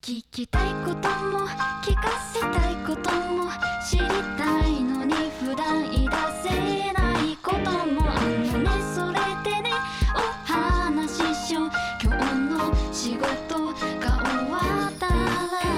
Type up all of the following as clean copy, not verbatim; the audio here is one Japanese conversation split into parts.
聞きたいことも聞かせたいことも知りたいのに普段言い出せないこともあのねそれでねお話ししよう今日の仕事が終わったら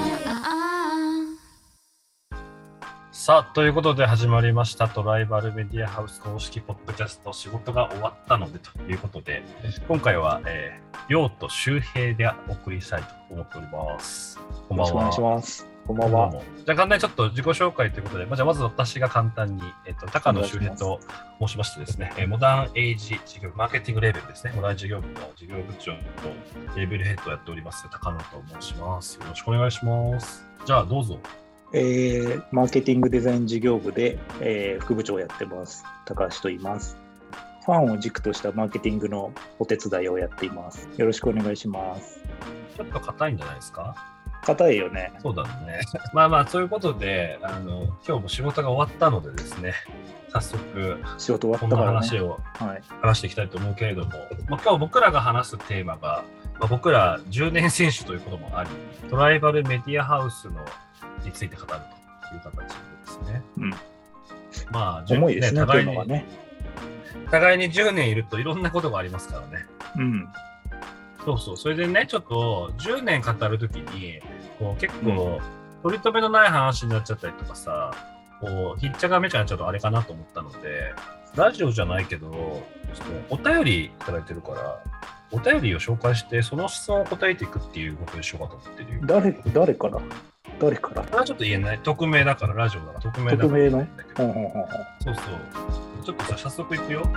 さあということで始まりましたトライバルメディアハウス公式ポッドキャスト仕事が終わったのでということで今回は陽と周平でお送りしたいと思っております。こんばんは。 よろしくお願いします。こんばんは。 じゃあ簡単にちょっと自己紹介ということで、じゃあまず私が簡単に、高野周平と申しましてですね、モダンエイジ事業マーケティングレーベルですね、モダン事業部の事業部長とレーベルヘッドをやっております高野と申します。よろしくお願いします。じゃあどうぞ。 マーケティングデザイン事業部で、副部長をやってます高橋と言います。ファンを軸としたマーケティングのお手伝いをやっています。よろしくお願いします。 ちょっと硬いんじゃないですか？ 硬いよね。 そうだね。そういうことで今日も仕事が終わったのでですね、早速仕事終わったこんなからね。 話を話していきたいと思うけれども、今日僕らが話すテーマが、僕ら10年選手ということもあり、トライバルメディアハウスについて語るという形ですね。 うん。重いですね、テーマがね。 互いに10年いるといろんなことがありますからね。 うん。 そう。それでね、ちょっと10年語るときに、結構、取り留めのない話になっちゃったりとかさ、ひっちゃがめちゃになっちゃうとあれかなと思ったので、ラジオじゃないけど、ちょっとお便りいただいてるから、お便りを紹介して、その質問を答えていくっていうことにしようかと思ってるよ。 誰からこれはちょっと言えない。匿名だから、ラジオだから、匿名だから。 匿名のそう。ちょっとさ、早速いくよ。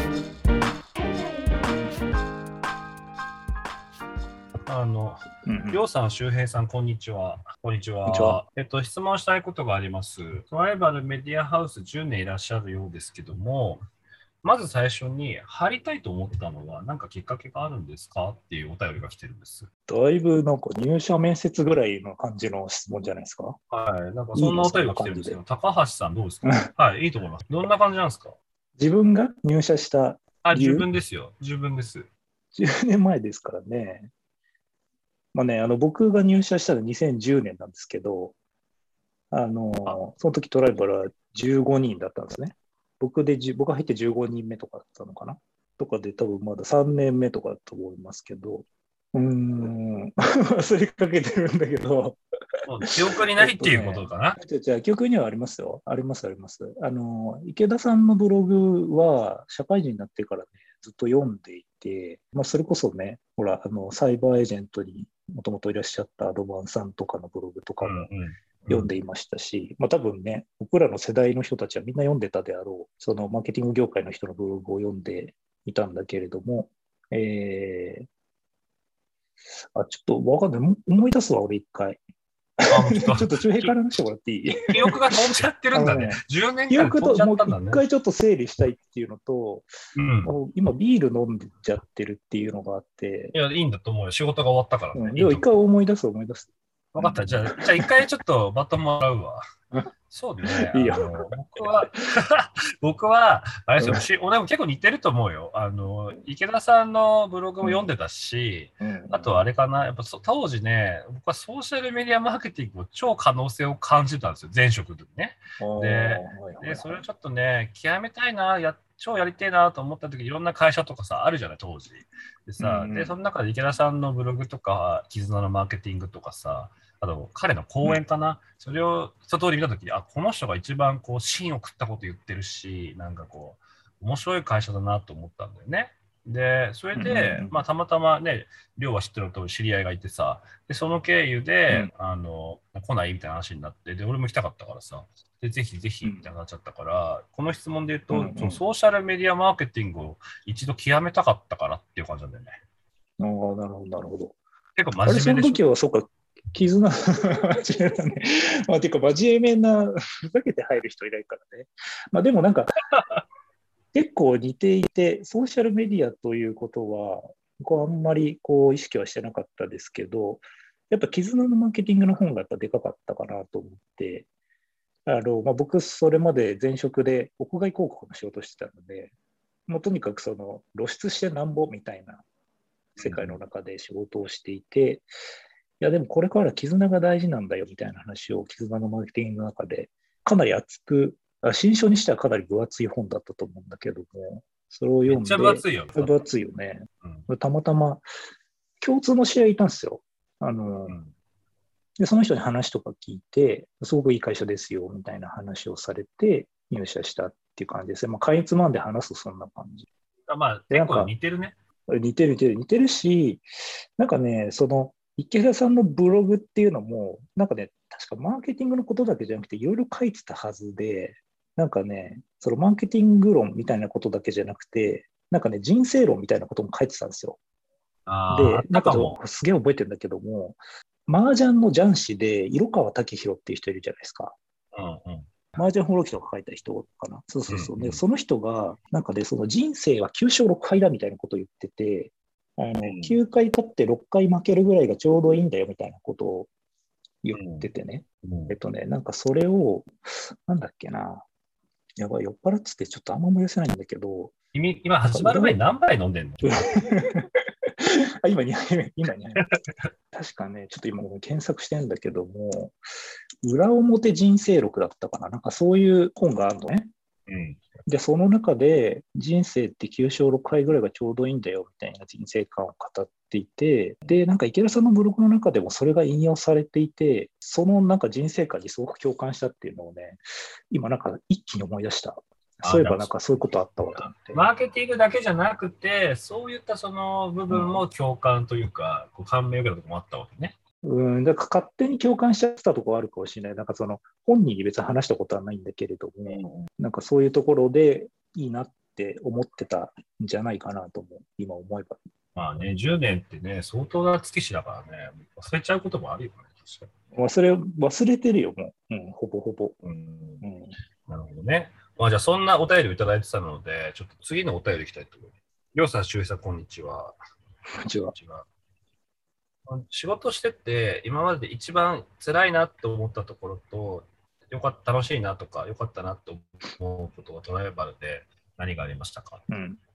りょうさん、周平さん、こんにちは。質問したいことがあります。トライバルメディアハウス10年いらっしゃるようですけども、まず最初に入りたいと思ったのは何かきっかけがあるんですかっていうお便りが来てるんです。 だいぶなんか入社面接ぐらいの感じの質問じゃないですか。 はい、なんかそんなお便りが来てるんですけど、高橋さんどうですか？はい、いいと思います。どんな感じなんですか？ 自分が入社した理由？ 自分ですよ。自分です。 10年前ですからね。僕が入社したのは2010年なんですけど、その時トライバルは15人だったんですね。僕が入って15人目とかだったのかなとかで多分まだ3年目とかだと思いますけど、忘れかけてるんだけど。 記憶にないっていうことかな。 じゃあ記憶にはありますよ。あります。池田さんのブログは社会人になってからね、ずっと読んでいて、それこそね、ほら、サイバーエージェントにもともといらっしゃったアドバンさんとかのブログとかも読んでいましたし、多分ね、僕らの世代の人たちはみんな読んでたであろう、そのマーケティング業界の人のブログを読んでいたんだけれども、ちょっとわかんない。思い出すわ、俺一回。ちょっと周平から話してもらっていい？ 記憶が飛んじゃってるんだね。10年間飛んじゃったんだね。 もう一回ちょっと整理したいっていうのと、今ビール飲んでちゃってるっていうのがあって。 いや、いいんだと思うよ。仕事が終わったからね。 でも一回思い出す。 分かった。じゃあ一回ちょっとバトンもらうわ。そうね。 いいよ。 僕は、あれですよ。俺も結構似てると思うよ。池田さんのブログも読んでたし、あとあれかな。やっぱ当時ね、僕はソーシャルメディアマーケティングの超可能性を感じたんですよ。前職でね。で、それをちょっとね、極めたいな、超やりたいなと思った時にいろんな会社とかさ、あるじゃない、当時。でさ、で、その中で池田さんのブログとか、絆のマーケティングとかさ、あと彼の講演かな、それを一通り見たときに、この人が一番芯を食ったこと言ってるし、なんか面白い会社だなと思ったんだよね。で、それで、たまたまね、亮は知ってると知り合いがいてさ、で、その経由で、来ないみたいな話になって、で、俺も来たかったからさ、で、ぜひぜひみたいになっちゃったから、この質問で言うと、ソーシャルメディアマーケティングを一度極めたかったからっていう感じなんだよね。 なるほど。 結構真面目でしょ。 その時はそうか。絆真面目だね。ていうか真面目な、ふざけて入る人いないからね。でもなんか、結構似ていて、ソーシャルメディアということは、あんまり意識はしてなかったですけど、やっぱ絆のマーケティングの本がやっぱでかかったかなと思って、僕、それまで前職で屋外広告の仕事をしてたので、もうとにかく露出してなんぼみたいな世界の中で仕事をしていて、 や、でもこれから絆が大事なんだよみたいな話を、絆のマーケティングの中で、かなり熱く、新書にしてはかなり分厚い本だったと思うんだけども、それを読んで、 めっちゃ分厚いよ。 分厚いよね。 うん、 たまたま、共通の知り合いいたんですよ。で、その人に話とか聞いて、すごくいい会社ですよ、みたいな話をされて、入社したっていう感じですね。かいつまんで話すとそんな感じ。 まあ、結構似てるね。 似てるし、なんかね、その、池田さんのブログっていうのも、なんかね、確かマーケティングのことだけじゃなくて、いろいろ書いてたはずで、なんかね、そのマーケティング論みたいなことだけじゃなくて、なんかね、人生論みたいなことも書いてたんですよ。で、なんかすげえ覚えてるんだけども、麻雀の雀士で、色川武宏っていう人いるじゃないですか。麻雀放浪記とか書いた人かな。そう。で、その人が、なんかで、その人生は9勝6敗だみたいなことを言ってて、9回勝って6回負けるぐらいがちょうどいいんだよみたいなことを言っててね。なんかそれを、なんだっけな。やばい、酔っ払っててちょっとあんま思い出せないんだけど。 今始まる前に何杯飲んでんの今2杯目。確かね、ちょっと今検索してるんだけども、裏表人生録だったかな。なんかそういう本があるのね。で、その中で人生って9勝6敗ぐらいがちょうどいいんだよみたいな人生観を語っていて、で、なんか池田さんのブログの中でもそれが引用されていて、そのなんか人生観にすごく共感したっていうのをね、今なんか一気に思い出した。そういえばなんかそういうことあったわと思って。 マーケティングだけじゃなくて、そういったその部分も共感というか、感銘を受けたところもあったわけね。 だから勝手に共感しちゃってたところあるかもしれない。なんかその本人に別に話したことはないんだけれども、なんかそういうところでいいなって思ってたんじゃないかなとも今思えば。 まあね、10年ってね、相当な月日だからね、忘れちゃうこともあるよね、確かに。 忘れてるよ、もう。ほぼほぼ。 なるほどね。まあじゃあそんなお便りをいただいてたので、ちょっと次のお便りいきたいと思います。りょうさん、しゅういさん、こんにちは。 こんにちは。 仕事してて、今までで一番辛いなと思ったところと、楽しいなとか、よかったなと思うことがトライバルで何がありましたか、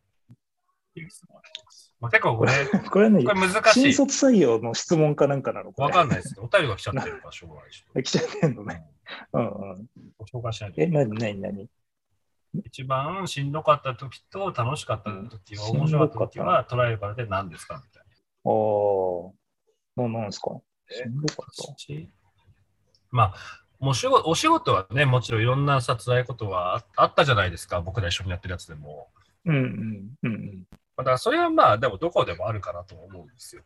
まあ、結構これね、 難しい。 新卒採用の質問かなんかなのかわかんないです。お便りが来ちゃってるから、しょうがないでしょ。 来ちゃってんのね。 ご紹介しないと。 何一番しんどかった時と楽しかった時は、面白かった時はトライバルで何ですかみたいな。何ですかしんどかった。 まあ、お仕事はね、もちろんいろんな辛いことはあったじゃないですか、僕ら一緒にやってるやつでも。だからそれはまあ、でもどこでもあるかなと思うんですよ。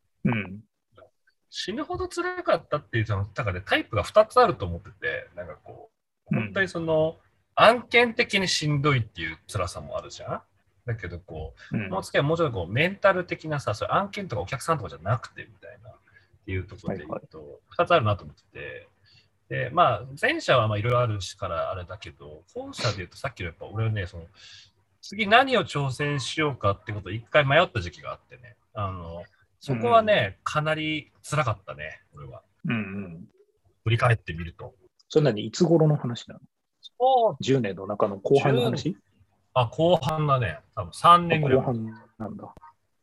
死ぬほど辛かったっていう中でタイプが2つあると思ってて、なんかこう、本当にその、案件的にしんどいっていう辛さもあるじゃん。だけどこう、もうちょっとこうメンタル的なさ、それ案件とかお客さんとかじゃなくてみたいなっていうところで言うと、2つあるなと思ってて、で、まあ、前者はまあいろいろあるからあれだけど、後者で言うとさっきのやっぱ俺はね、次何を挑戦しようかってことを一回迷った時期があってね、そこはね、かなり辛かったね、俺は。振り返ってみると。 そんなにいつ頃の話なの？10年の中の後半の話？ 後半だね。多分3年ぐらい。 後半なんだ。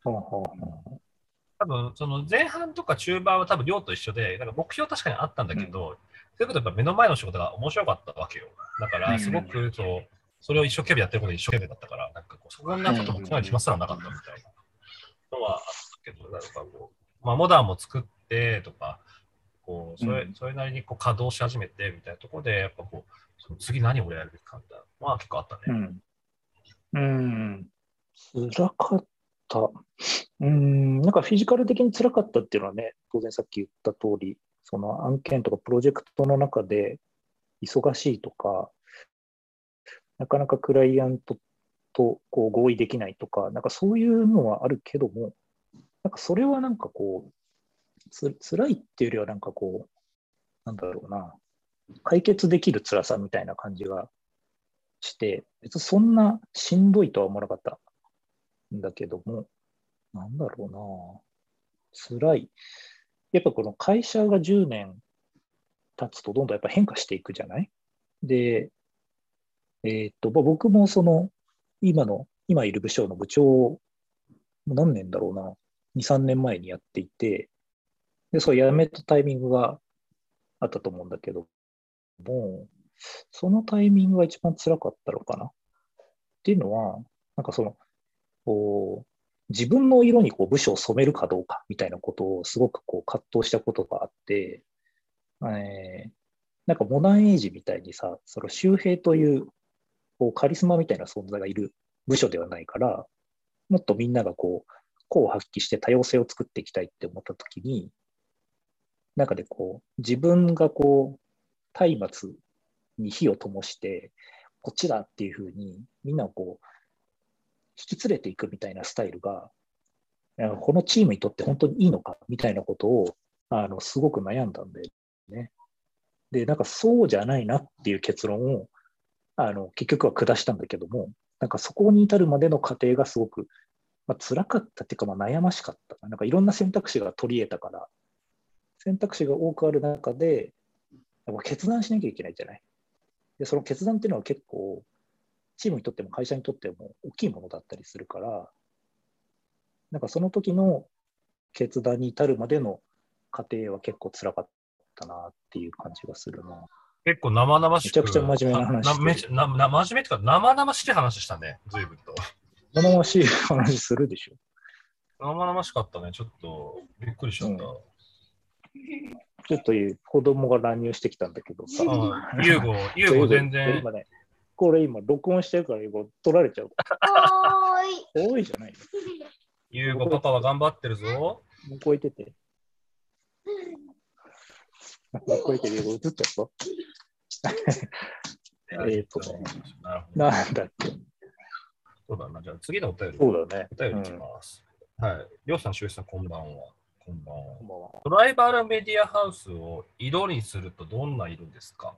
多分その前半とか中盤は多分量と一緒で、なんか目標確かにあったんだけど、そういうことやっぱ目の前の仕事が面白かったわけよ。だからすごくそれを一生懸命やってることで一生懸命だったから、なんかこうそんなことも考える暇すらなかったみたいなのはあったけど、なんかこう、まあ、モダンも作ってとか、こうそれなりにこう稼働し始めてみたいなところで、やっぱこう、次何をやるべきかみたいなのは結構あったね。 辛かった。なんかフィジカル的に辛かったっていうのはね、当然さっき言った通り、その案件とかプロジェクトの中で忙しいとか、なかなかクライアントとこう合意できないとか、なんかそういうのはあるけども、なんかそれはなんかこう、辛いっていうよりはなんかこう、なんだろうな、解決できる辛さみたいな感じがして、別にそんなしんどいとは思わなかったんだけども、なんだろうな、辛い。やっぱこの会社が10年経つとどんどんやっぱ変化していくじゃない？で、僕もその今いる部署の部長を何年だろうな、2、3年前にやっていて、 で、そう辞めたタイミングがあったと思うんだけども、そのタイミングが一番辛かったのかなっていうのは、なんかこう自分の色にこう部署を染めるかどうかみたいなことをすごくこう葛藤したことがあって、なんかモダンエイジみたいにさ、その周平という、こうカリスマみたいな存在がいる部署ではないから、もっとみんながこう、個を発揮して多様性を作っていきたいって思ったときに、中でこう、自分がこう、松明に火を灯して、こっちだっていうふうに、みんなをこう、引き連れていくみたいなスタイルが、このチームにとって本当にいいのかみたいなことを、すごく悩んだんでね。で、なんかそうじゃないなっていう結論を、結局は下したんだけども、なんかそこに至るまでの過程がすごく、辛かったっていうか、悩ましかった。なんかいろんな選択肢が取り得たから、選択肢が多くある中で、決断しなきゃいけないじゃない。で、その決断っていうのは結構、チームにとっても会社にとっても大きいものだったりするから、なんかその時の決断に至るまでの過程は結構辛かったなっていう感じがするな。 結構生々しく。 めちゃくちゃ真面目な話してる。 真面目っていうか生々しい話したね、随分と。 生々しい話するでしょ。 生々しかったね、ちょっとびっくりしちゃった。 ちょっと子供が乱入してきたんだけどさ。 ユーゴ全然。 今ね、これ今録音してるから取られちゃう。おーいじゃない。 ユーゴパパは頑張ってるぞ。 向こう行ってて。向こう行ってるよ、映っちゃったなんだっけ。 そうだな、じゃあ次のお便り。 そうだね。 お便りいきます。はい。りょうさん、しゅうさん、こんばんは。こんばんは。トライバルメディアハウスを色にするとどんな色ですか？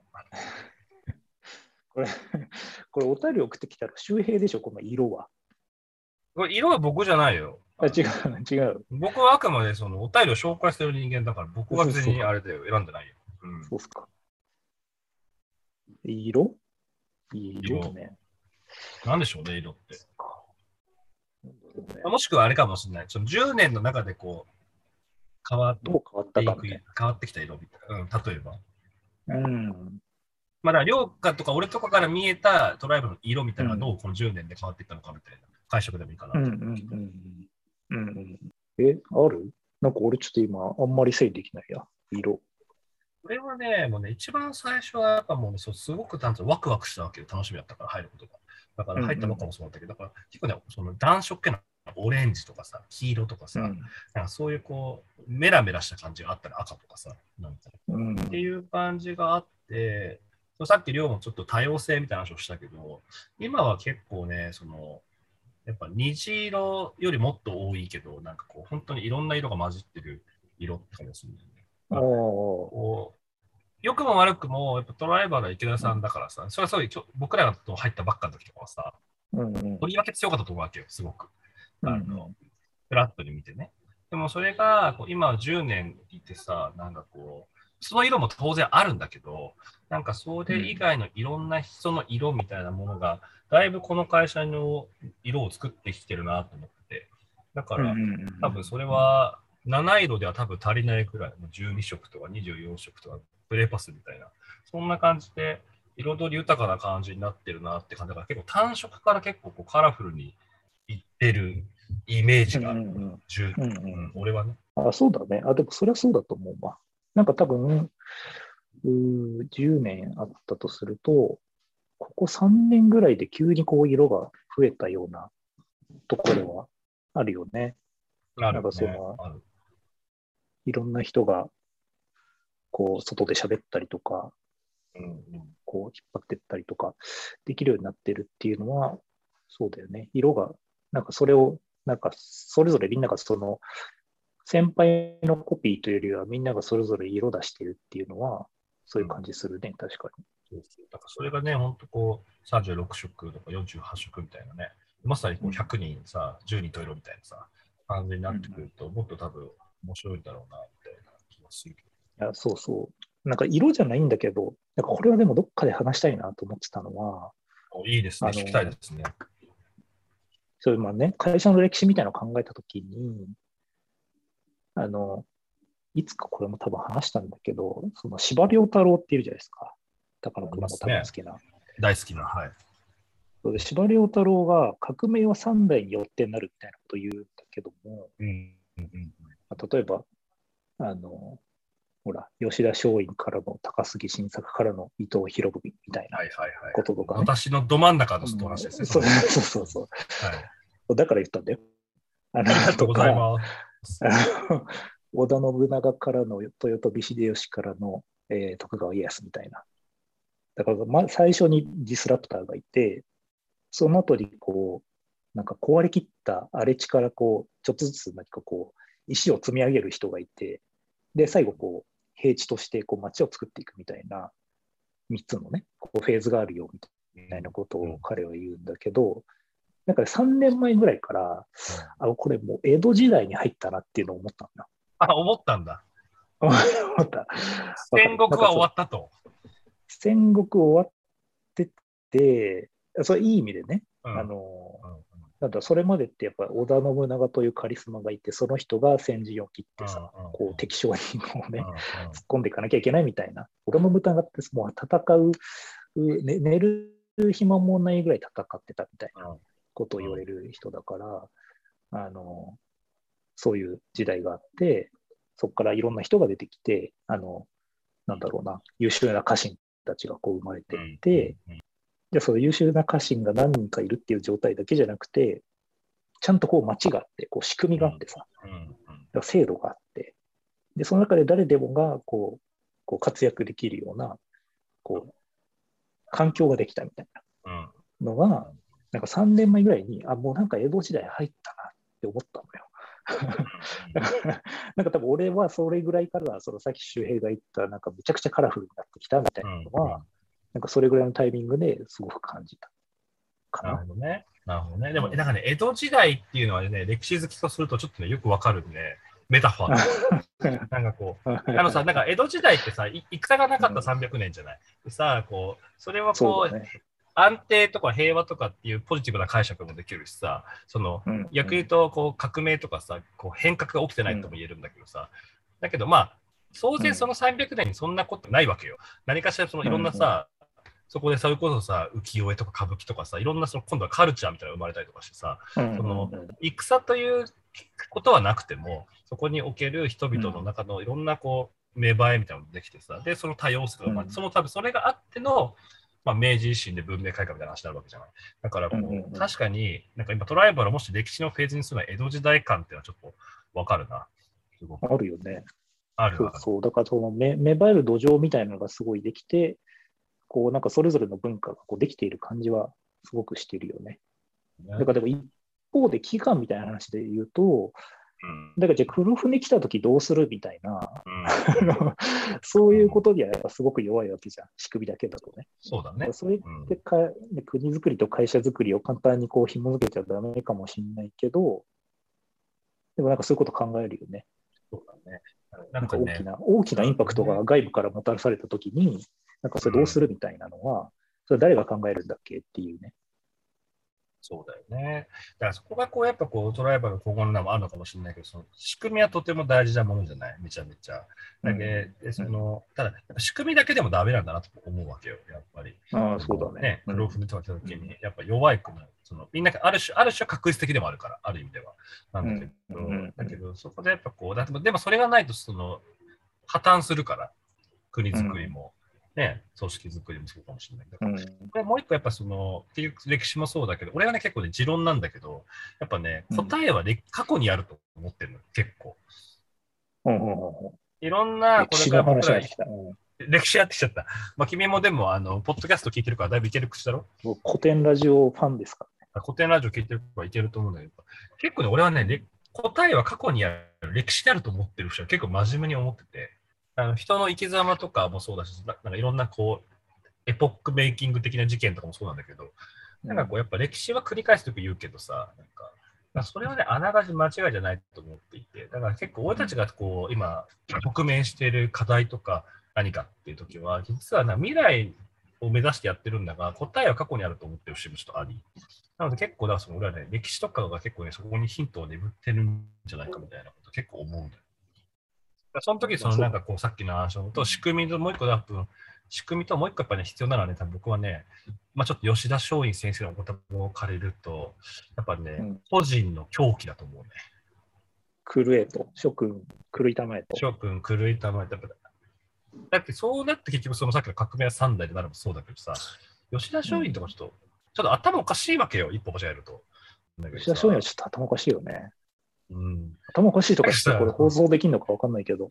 これお便り送ってきたら周平でしょ、この色は。 これ色は僕じゃないよ。 違う。 僕はあくまでそのお便りを紹介してる人間だから、僕は別にあれだよ、選んでないよ。 そうっすか。色ね。 なんでしょうね、色って。もしくはあれかもしれない。その10年の中でこう、変わってきた色みたいな。例えば。だから亮花とか俺とかから見えたトライブの色みたいなのがどうこの10年で変わっていったのかみたいな解釈でもいいかな。 ある？なんか俺ちょっと今あんまり整理できないや。色。 これはね、もうね、一番最初はやっぱもうね、すごくワクワクしたわけで楽しみだったから入ることが。だから入ったばっかもそうだったけど、だから結構ね、その暖色系のオレンジとかさ、黄色とかさ、なんかそういうこう、メラメラした感じがあったり、赤とかさ、なんかっていう感じがあって、さっき亮もちょっと多様性みたいな話をしたけど、今は結構ね、やっぱ虹色よりもっと多いけど、なんかこう、本当にいろんな色が混じってる色って感じがするんだよね。良くも悪くも、やっぱトライバルは池田さんだからさ、それはそういう僕らが入ったばっかの時とかはさ、とりわけ強かったと思うわけよ、すごく。フラットに見てね。でもそれが今10年いてさ、なんかこう、その色も当然あるんだけど、なんかそれ以外のいろんな人の色みたいなものが、だいぶこの会社の色を作ってきてるなと思って。だから、多分それは7色では多分足りないくらいの12色とか24色とかプレーパスみたいな、そんな感じで彩り豊かな感じになってるなって感じだから、結構単色から結構こうカラフルにいってるイメージがある。俺はね。 そうだね。でもそれはそうだと思うわ。なんか多分、10年あったとすると、ここ3年ぐらいで急にこう色が増えたようなところはあるよね。なんかいろんな人がこう外で喋ったりとか、こう引っ張ってったりとかできるようになってるっていうのは、そうだよね。色が、なんかそれを、なんかそれぞれみんなが先輩のコピーというよりはみんながそれぞれ色出してるっていうのは、そういう感じするね、確かに。 だからそれがね、ほんとこう、36色とか48色みたいなね、まさにこう100人さ、10人と色みたいなさ、感じになってくると、もっと多分面白いんだろうな、みたいな気がする。 いや、そうそう。なんか色じゃないんだけど、なんかこれはでもどっかで話したいなと思ってたのは、 いいですね、聞きたいですね。 そういうね、会社の歴史みたいなのを考えたときに、 いつかこれも多分話したんだけど、その司馬遼太郎っているじゃないですか。高野君も多分好きな。 大好きな、はい。 そうで司馬遼太郎が革命は3代によってなるみたいなことを言うんだけども、例えば、ほら、吉田松陰からの高杉晋作からの伊藤博文みたいなこととか、ね、 私のど真ん中の話ですね。 そうそうそう。はい、だから言ったんだよ。 ありがとうございます。 織田信長からの豊臣秀吉からの、徳川家康みたいな。だから、最初にディスラプターがいて、その後にこう、なんか壊れきった荒れ地からこう、ちょっとずつ何かこう、石を積み上げる人がいて、で、最後こう、平地としてこう街を作っていくみたいな3つのね、こうフェーズがあるよみたいなことを彼は言うんだけど、なんか3年前ぐらいから、これもう江戸時代に入ったなっていうのを思ったんだ。 思ったんだ。 思った。 戦国は終わったと。 戦国終わってて、それいい意味でね、なんだそれまでってやっぱ織田信長というカリスマがいて、その人が先陣を切ってさ、こう敵将にこうね、突っ込んでいかなきゃいけないみたいな。織田信長ってもう戦う、寝る暇もないぐらい戦ってたみたいなことを言われる人だから、そういう時代があって、そこからいろんな人が出てきて、なんだろうな、優秀な家臣たちがこう生まれていって、じゃあその優秀な家臣が何人かいるっていう状態だけじゃなくて、ちゃんとこう町があって、こう仕組みがあってさ、制度があって、で、その中で誰でもがこう活躍できるような、こう、環境ができたみたいなのが、なんか3年前ぐらいに、もうなんか江戸時代入ったなって思ったのよ。なんか多分俺はそれぐらいから、そのさっき周平が言った、なんかめちゃくちゃカラフルになってきたみたいなのは、なんかそれぐらいのタイミングですごく感じたかな。 なるほどね。なるほどね。でも、なんかね、江戸時代っていうのはね、歴史好きとするとちょっとね、よくわかるね、メタファーなんかこう、なんか江戸時代ってさ、戦がなかった300年じゃない。さ、こう、それはこう、安定とか平和とかっていうポジティブな解釈もできるしさ、その、逆に言うと、こう、革命とかさ、こう変革が起きてないとも言えるんだけどさ、だけどまあ、当然その300年にそんなことないわけよ。何かしらそのいろんなさ、そこでそれこそさ、浮世絵とか歌舞伎とかさ、いろんなその今度はカルチャーみたいなのが生まれたりとかしてさ、その戦ということはなくても、そこにおける人々の中のいろんなこう芽生えみたいなのができてさ、で、その多様性が、その多分それがあっての、まあ、明治維新で文明開化みたいな話になるわけじゃない。だからこう、確かに、なんか今トライバルをもし歴史のフェーズにするのは江戸時代感っていうのはちょっとわかるな。 すごくあるよね。 あるそう。だからその芽生える土壌みたいなのがすごいできて、こうなんかそれぞれの文化がこうできている感じはすごくしているよね。だからでも一方で期間みたいな話で言うと、だからじゃあ黒船来た時どうするみたいな、そういうことにはやっぱすごく弱いわけじゃん、仕組みだけだとね。 そうだね。 それって国づくりと会社づくりを簡単にこう紐付けちゃダメかもしれないけど、でもなんかそういうこと考えるよね。 そうだね。 なんか大きなインパクトが外部からもたらされたときに、なんかそれどうするみたいなのは、それ誰が考えるんだっけっていうね。 そうだよね。だからそこがこうやっぱこうトライバルの今後の名もあるのかもしれないけど、その仕組みはとても大事なものじゃない、めちゃめちゃ。だけど、ただ仕組みだけでもダメなんだなと思うわけよ、やっぱり。 そうだね。 黒船とか来た時に、やっぱ弱い国、みんなある種確率的でもあるから、ある意味では。なんだけど、そこでやっぱこう、でもそれがないと破綻するから、国づくりも。ね、組織づくりもそうかもしれないけど、これもう一個やっぱっていう歴史もそうだけど、俺はね結構ね持論なんだけど、やっぱね、答えは過去にあると思ってるの、結構。いろんな、 これから僕ら歴史やってきちゃった。まあ君もでも、ポッドキャスト聞いてるからだいぶいける口だろ？ 古典ラジオファンですかね。古典ラジオ聞いてるからいけると思うんだけど、結構ね、俺はね、答えは過去にある、歴史であると思ってる人は結構真面目に思ってて、人の生き様とかもそうだし、なんかいろんなこう、エポックメイキング的な事件とかもそうなんだけど、なんかこう、やっぱ歴史は繰り返すとき言うけどさ、なんかそれはね、あながち間違いじゃないと思っていて、だから結構俺たちがこう、今、直面している課題とか何かっていうときは、実は未来を目指してやってるんだが、答えは過去にあると思ってる節もちょっとあり。なので結構、だから俺はね、歴史とかが結構ね、そこにヒントを眠ってるんじゃないかみたいなこと結構思うんだよ。 その時そのなんかこうさっきの話と仕組みともう一個多分仕組みともう一個やっぱね必要なのはね、多分僕はね、まあちょっと吉田松陰先生のお言葉を借りると、やっぱね、個人の狂気だと思うね。 狂えと、諸君狂いたまえと。 諸君狂いたまえと。だってそうなって結局そのさっきの革命は三代でなるもそうだけどさ、吉田松陰とかちょっと頭おかしいわけよ、一歩間違えると。 吉田松陰はちょっと頭おかしいよね。 うん、 頭おかしいとかしてこれ放送できるのか分かんないけど。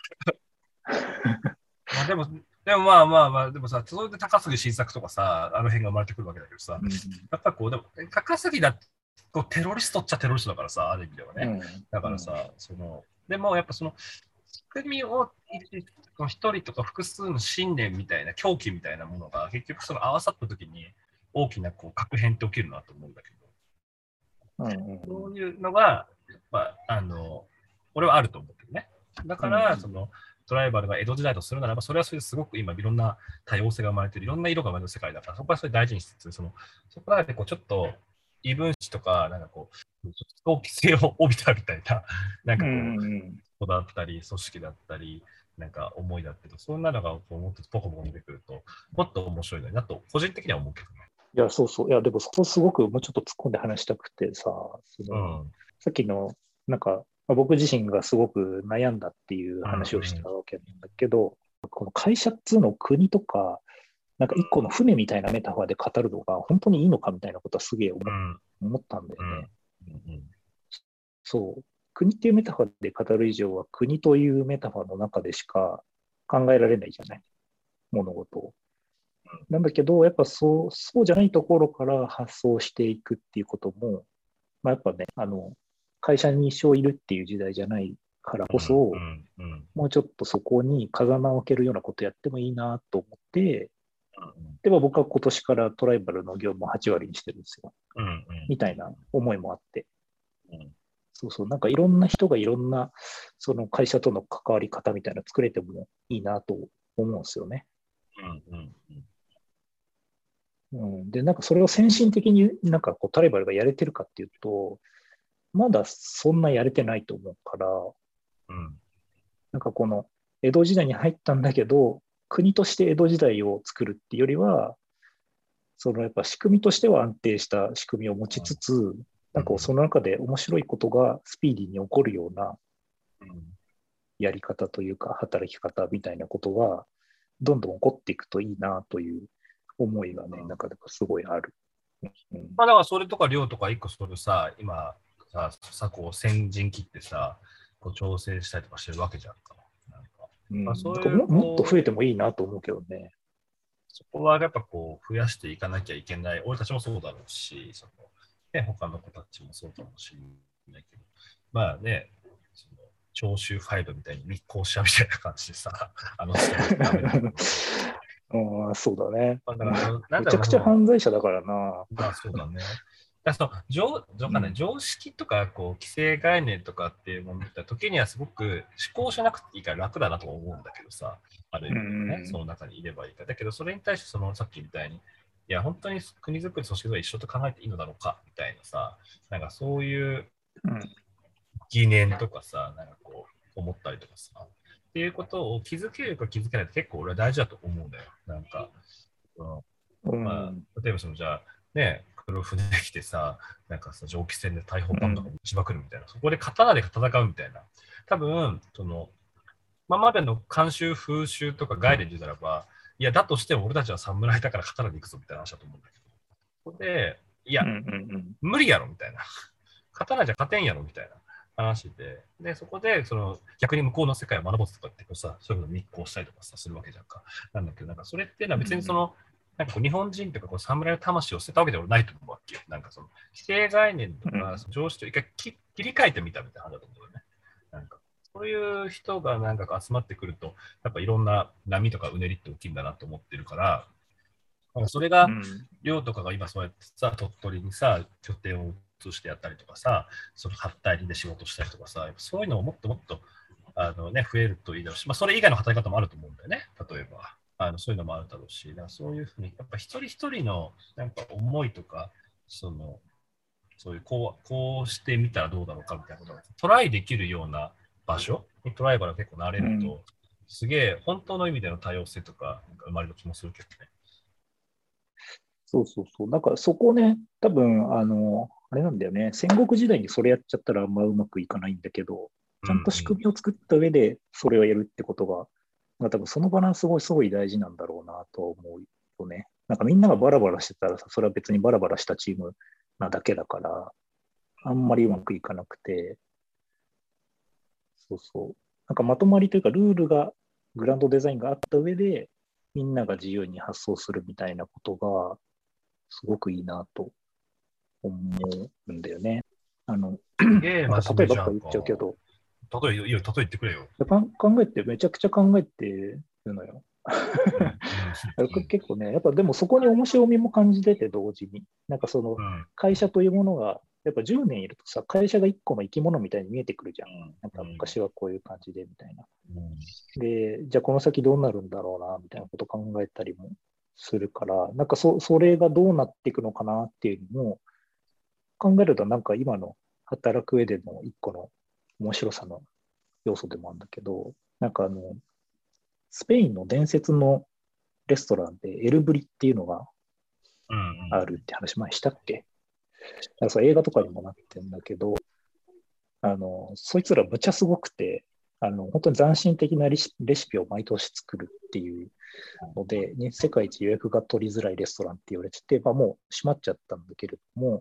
まあでもまあまあまあ、でもさ、それで高杉晋作とかさ、あの辺が生まれてくるわけだけどさ、やっぱこう、でも高杉だってこうテロリストっちゃテロリストだからさ、ある意味ではね。だからさ、でもやっぱその、仕組みを一人とか複数の信念みたいな、狂気みたいなものが結局その合わさったときに大きなこう核変って起きるなと思うんだけど、そういうのが、やっぱ俺はあると思ってるね。だから、そのトライバルが江戸時代とするならば、それはそれですごく今いろんな多様性が生まれている、いろんな色が生まれる世界だから、そこはそれ大事にしつつ、そこらでこうちょっと異分子とか、なんかこう、狂気性を帯びたみたいな、なんかこう、子だったり、組織だったり、なんか思いだったり、そんなのがこうもっとポコポコ出てくると、もっと面白いのになと、個人的には思うけどね。 いや、そうそう。いや、でもそこすごくもうちょっと突っ込んで話したくてさ、さっきの、なんか、僕自身がすごく悩んだっていう話をしたわけなんだけど、この会社っつうの国とか、なんか一個の船みたいなメタファーで語るのが本当にいいのかみたいなことはすげえ思ったんだよね。そう。国っていうメタファーで語る以上は国というメタファーの中でしか考えられないじゃない。物事を。なんだけど、やっぱそうじゃないところから発想していくっていうことも、まあ、やっぱね、会社に一生いるっていう時代じゃないからこそ、もうちょっとそこに風間を開けるようなことやってもいいなと思って、でも僕は今年からトライバルの業務を8割にしてるんですよ。みたいな思いもあって。そうそう、なんかいろんな人がいろんなその会社との関わり方みたいなの作れてもいいなと思うんですよね。で、なんかそれを先進的になんかこうトライバルがやれてるかっていうと、まだそんなやれてないと思うから、なんかこの江戸時代に入ったんだけど、国として江戸時代を作るっていうよりは、そのやっぱ仕組みとしては安定した仕組みを持ちつつ、なんかその中で面白いことがスピーディーに起こるようなやり方というか、働き方みたいなことがどんどん起こっていくといいなという思いがね、なんかすごいある。 まあだからそれとか量とか一個それさ、今さこう先陣切ってさ、こう調整したりとかしてるわけじゃんか。 もっと増えてもいいなと思うけどね。 そこはやっぱこう増やしていかなきゃいけない。俺たちもそうだろうし、他の子たちもそうかもしれないけど、まあね、徴収5みたいに密航しちゃうみたいな感じでさ、 そうだね。めちゃくちゃ犯罪者だからな。 まあそうだね。常識とかこう規制概念とかっていうものを見た時にはすごく思考しなくていいから楽だなと思うんだけどさ、ある意味ね、その中にいればいいか。だけどそれに対してさっきみたいに、いや本当に国づくり組織が一緒と考えていいのだろうかみたいなさ、なんかそういう疑念とかさ、なんかこう思ったりとかさ、っていうことを気づけるか気づけないって結構俺は大事だと思うんだよ。なんか、まあ、例えばじゃあね、黒船来てさ、なんか蒸気船で大砲パンとか打ちまくるみたいな、そこで刀で戦うみたいな。多分、今までの慣習、風習とか概念で言うならば、いや、だとしても俺たちは侍だから刀で行くぞみたいな話だと思うんだけど、ここで、いや、無理やろみたいな。刀じゃ勝てんやろみたいな話で、そこで逆に向こうの世界を学ぼうとかってさ、そういうのを密航したりとかさ、するわけじゃんか。なんだけど、なんかそれっていうのは別になんかこう日本人とかこう侍の魂を捨てたわけではないと思うわけよ。なんか規制概念とか常識と一回切り替えてみたみたいな話だと思うよね。なんかそういう人がなんか集まってくると、やっぱいろんな波とかうねりって大きいんだなと思ってるから、それが、寮とかが今そうやってさ、鳥取にさ、拠点を移してやったりとかさ、8対2で仕事したりとかさ、そういうのをもっともっと増えるといいだろうし、まあ、それ以外の働き方もあると思うんだよね、例えば。そういうのもあるだろうし、そういうふうに、やっぱ一人一人のなんか思いとか、そういうこうしてみたらどうだろうかみたいなことがトライできるような場所にトライバルが結構慣れると、すげえ本当の意味での多様性とか生まれる気もするけどね。 そうそうそう。だからそこね、多分、あれなんだよね。戦国時代にそれやっちゃったらあんまうまくいかないんだけど、ちゃんと仕組みを作った上でそれをやるってことが、まあ、多分そのバランスがすごい大事なんだろうなとは思うよね。なんかみんながバラバラしてたらさ、それは別にバラバラしたチームなだけだから、あんまりうまくいかなくて、そうそう。なんかまとまりというか、ルールが、グランドデザインがあった上で、みんなが自由に発想するみたいなことが、すごくいいなと思うんだよね。なんか例えばとか言っちゃうけど、 例え言ってくれよ。 考えて、めちゃくちゃ考えてるのよ。結構ね、やっぱでもそこに面白みも感じてて、同時に。なんかその会社というものが、やっぱ10年いるとさ、会社が1個の生き物みたいに見えてくるじゃん。なんか昔はこういう感じでみたいな。で、じゃあこの先どうなるんだろうな、みたいなこと考えたりもするから、なんかそれがどうなっていくのかなっていうのも考えると、なんか今の働く上での一個の面白さの要素でもあるんだけど、なんかスペインの伝説のレストランでエルブリっていうのがあるって話前したっけ？なんかそう映画とかにもなってるんだけど、そいつらむちゃすごくて、本当に斬新的なレシピを毎年作るっていうので、世界一予約が取りづらいレストランって言われてて、まあ、もう閉まっちゃったんだけれども、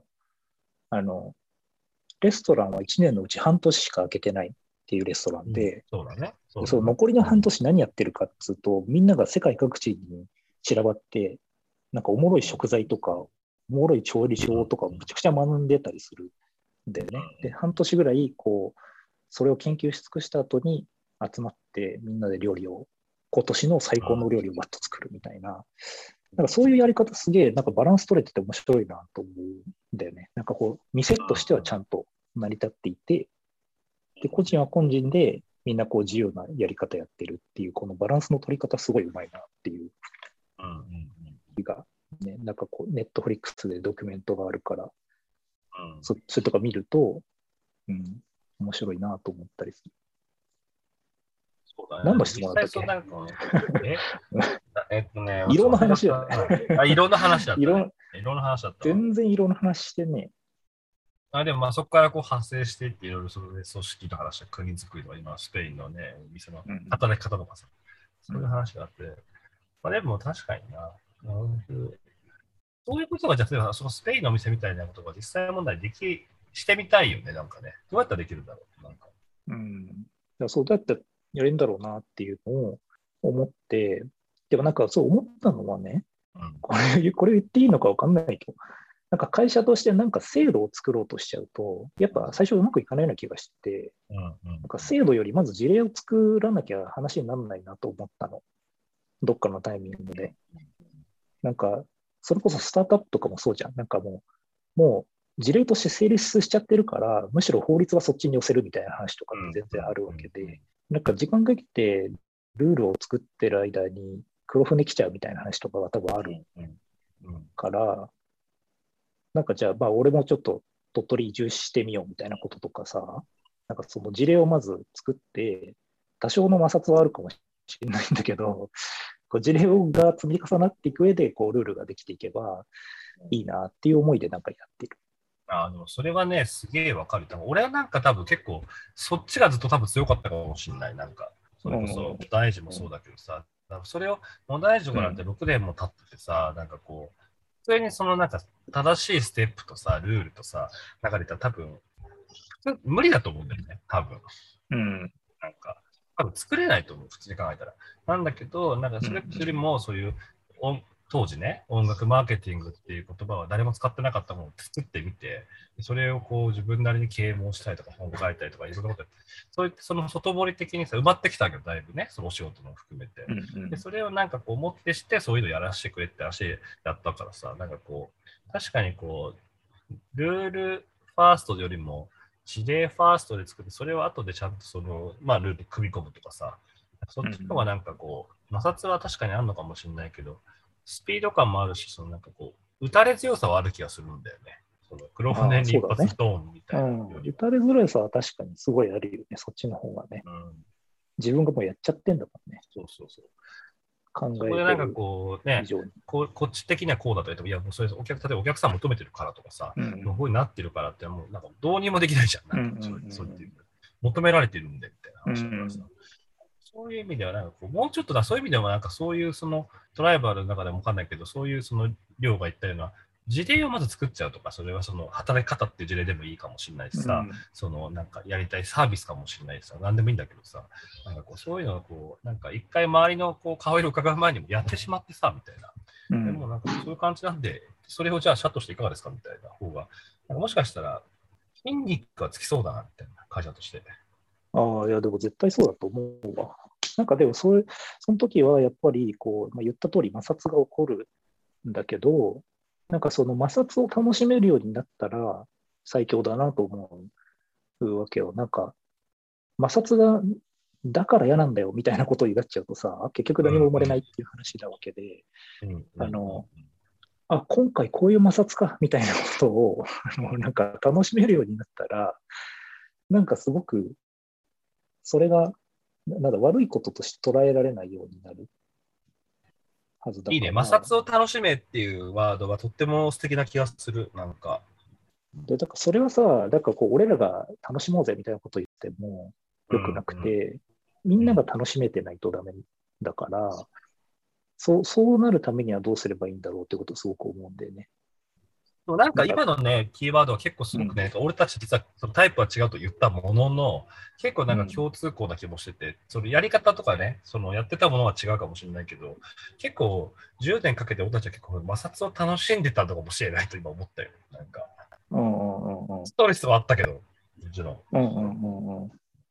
レストランは1年のうち半年しか開けてないっていうレストランで、 そうだね。 そう残りの半年何やってるかっつうと、みんなが世界各地に散らばって、なんかおもろい食材とか、おもろい調理法とかをめちゃくちゃ学んでたりするんだよね。で、半年ぐらい、それを研究し尽くした後に集まって、みんなで料理を、今年の最高の料理をバッと作るみたいな、なんかそういうやり方すげえ、なんかバランス取れてて面白いなと思うんだよね。なんか店としてはちゃんと成り立っていて、で、個人は個人でみんな自由なやり方やってるっていう、このバランスの取り方すごいうまいなっていう気が、ね、なんかネットフリックスでドキュメントがあるから、それとか見ると、面白いなと思ったりする。 そうだね、 何の質問だったっけ？ 色の話だね。 色の話だった、ね。色の話だった。 全然色の話してね。 でもそこから派生していっていろいろそれで組織の話や国づくりとか今スペインのね、店の働き方とかさ、そういう話があって、でも確かにな。そういうことが、じゃあ、そのスペインのお店みたいなことが実際問題してみたいよね、なんかね。どうやったらできるんだろう、なんか。 そうやってやれるんだろうなっていうのを思って、でもなんかそう思ったのはね、これ言っていいのか分かんないけど、なんか会社としてなんか制度を作ろうとしちゃうと、やっぱ最初うまくいかないような気がして、なんか制度よりまず事例を作らなきゃ話にならないなと思ったの。どっかのタイミングで。なんか、それこそスタートアップとかもそうじゃん。なんかもう事例として成立しちゃってるから、むしろ法律はそっちに寄せるみたいな話とかって全然あるわけで、なんか時間かけてルールを作ってる間に黒船来ちゃうみたいな話とかが多分あるから、なんかじゃあ、まあ俺もちょっと鳥取移住してみようみたいなこととかさ、なんかその事例をまず作って、多少の摩擦はあるかもしれないんだけど、事例が積み重なっていく上でルールができていけばいいなっていう思いでなんかやってる。 でもそれはね、すげえわかる。俺はなんか多分結構、そっちがずっと多分強かったかもしれない。なんか、それこそ、大事もそうだけどさ、それを、もう大事からって6年も経っててさ、なんか普通にそのなんか、正しいステップとさ、ルールとさ、中で多分、無理だと思うんだよね、多分。なんか、多分作れないと思う、普通に考えたら。なんだけど、なんかそれよりも、そういう、当時ね、音楽マーケティングっていう言葉は誰も使ってなかったものを作ってみて、それを自分なりに啓蒙したりとか、本を書いたりとか、いろんなことやって、そういってその外堀的にさ、埋まってきたわけど、だいぶね、そのお仕事も含めて。でそれをなんかもってして、そういうのやらせてくれって足やったからさ、なんか確かにルールファーストよりも、事例ファーストで作って、それを後でちゃんとルール組み込むとかさ、そっちの方がなんか摩擦は確かにあるのかもしれないけど、スピード感もあるし、なんか打たれ強さはある気がするんだよね。 黒船に一そうだね発ドーンみたいな。 打たれづらさは確かにすごいあるよね、そっちの方がね。自分がもうやっちゃってんだもんね。 そうそうそう。 考えてるそこでなんかこうね以上に、 こっち的にはこうだと言っても、いや、もうそれ例えばお客さん求めてるからとかさ、もうこういうなってるからって、もうなんかどうにもできないじゃん。なんかそういう求められてるんでみたいな話だからさ。そういう意味ではなんかこう、もうちょっとそういう意味ではなんかそういうそのトライバルの中でもわかんないけど、そういうその量が言ったような事例をまず作っちゃうとか、それはその働き方っていう事例でもいいかもしれないしさ、そのなんかやりたいサービスかもしれないしさ、なんでもいいんだけどさ、なんかこうそういうのをこう、なんか一回周りのこう顔色を伺う前にもやってしまってさ、みたいな。でもなんかそういう感じなんで、それをじゃあシャッとしていかがですかみたいな方が、なんかもしかしたら筋肉がつきそうだな、みたいな会社として。 いや、でも絶対そうだと思うわ。なんかでもその時はやっぱりこう、言った通り摩擦が起こるんだけど、なんかその摩擦を楽しめるようになったら最強だなと思うわけよ。なんか摩擦がだから嫌なんだよみたいなことを言い出っちゃうとさ、結局何も生まれないっていう話なわけで、今回こういう摩擦かみたいなことをなんか楽しめるようになったら、なんかすごくそれがなんだ悪いこととして捉えられないようになるはずだから。 いいね、摩擦を楽しめっていうワードはとっても素敵な気がする、なんか。 で、だからそれはさ、だからこう俺らが楽しもうぜみたいなことを言ってもよくなくて、みんなが楽しめてないとダメだから、そうなるためにはどうすればいいんだろうってことをすごく思うんだよね。 なんか今のね、キーワードは結構すごくね、俺たち実はそのタイプは違うと言ったものの、結構なんか共通項な気もしてて、そのやり方とかね、そのやってたものは違うかもしれないけど、結構10年かけて俺たちは結構摩擦を楽しんでたのかもしれないと今思ったよ。なんか、ストレスはあったけど、もちろん。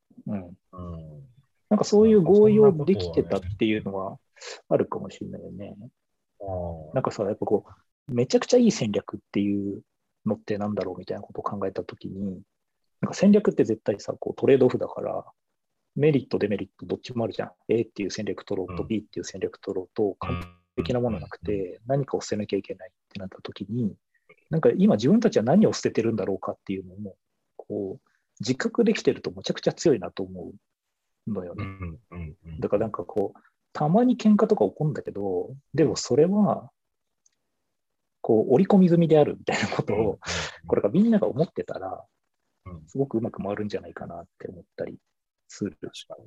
なんかそういう合意をできてたっていうのはあるかもしれないよね。なんかさ、やっぱこう、めちゃくちゃいい戦略っていうのってなんだろうみたいなことを考えたときに、なんか戦略って絶対さ、こうトレードオフだから、メリット、デメリットどっちもあるじゃん。A っていう戦略取ろうと B っていう戦略取ろうと、完璧なものなくて、何かを捨てなきゃいけないってなったときに、なんか今自分たちは何を捨ててるんだろうかっていうのも、こう、自覚できてるとむちゃくちゃ強いなと思うのよね。だからなんかこう、たまに喧嘩とか起こるんだけど、でもそれは、こう織り込み済みであるみたいなことを、これがみんなが思ってたら、すごくうまく回るんじゃないかなって思ったりする。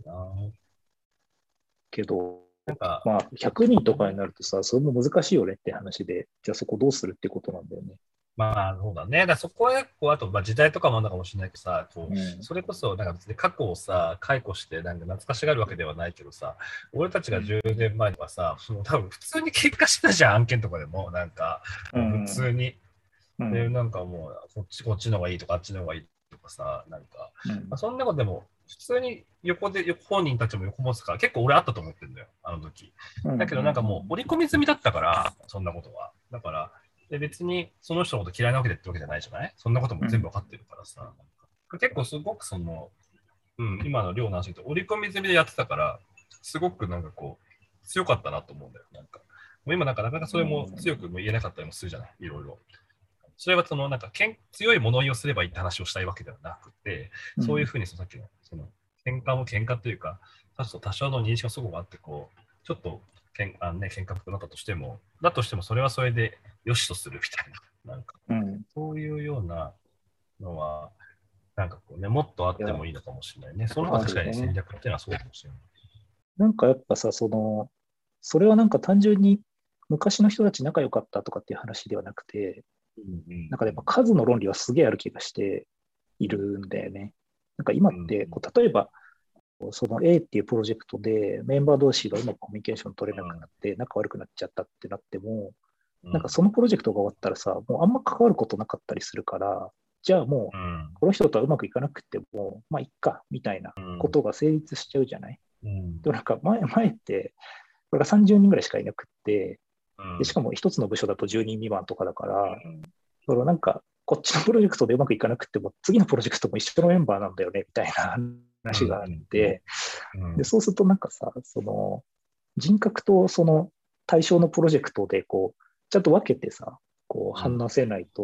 けど、まあ、100人とかになるとさ、それも難しいよねって話で、じゃあそこどうするってことなんだよね。 まあ、そうだね。そこはこう、あと、時代とかもあるのかもしれないけどさ、それこそ、なんか別に過去をさ、解雇して、なんか懐かしがるわけではないけどさ、俺たちが10年前にはさ、多分普通に喧嘩してたじゃん、案件とかでも、なんか、普通に。で、なんかもう、こっちの方がいいとか、あっちの方がいいとかさ、なんか、そんなことでも、普通に本人たちも横持つから、結構俺あったと思ってるんだよ、あの時。だけどなんかもう、織り込み済みだったから、そんなことは。だから、で別にその人のこと嫌いなわけでってわけじゃないじゃない。そんなことも全部分かってるからさ。結構すごくその、今の量の話と織り込み済みでやってたから、すごくなんかこう、強かったなと思うんだよ。なんか、もう今なんかなかなかそれも強くも言えなかったりもするじゃない、いろいろ。それはそのなんか強い物言いをすればいいって話をしたいわけではなくて、そういうふうにさっきのその喧嘩というか、多少の認識がすごくあって、こう、ちょっと喧嘩っぽくなったとしても、それはそれでよしとするみたいな、なんか、そういうようなのは、なんかこうね、もっとあってもいいのかもしれないね。その方が確かに戦略っていうのはそうかもしれない。 なんかやっぱさ、それはなんか単純に昔の人たち仲良かったとかっていう話ではなくて、なんかやっぱ数の論理はすげえある気がしているんだよね。なんか今ってこう、例えば、その A っていうプロジェクトでメンバー同士がうまくコミュニケーション取れなくなって仲悪くなっちゃったってなっても、なんかそのプロジェクトが終わったらさ、もうあんま関わることなかったりするから、じゃあもうこの人とはうまくいかなくても、まあいっかみたいなことが成立しちゃうじゃない。でもなんか前って、これが30人ぐらいしかいなくって、でしかも一つの部署だと10人未満とかだから、そのなんかこっちのプロジェクトでうまくいかなくても、次のプロジェクトも一緒のメンバーなんだよねみたいな話があって、でそうするとなんかさ、その人格とその対象のプロジェクトでこうちゃんと分けてさ、こう話せないと、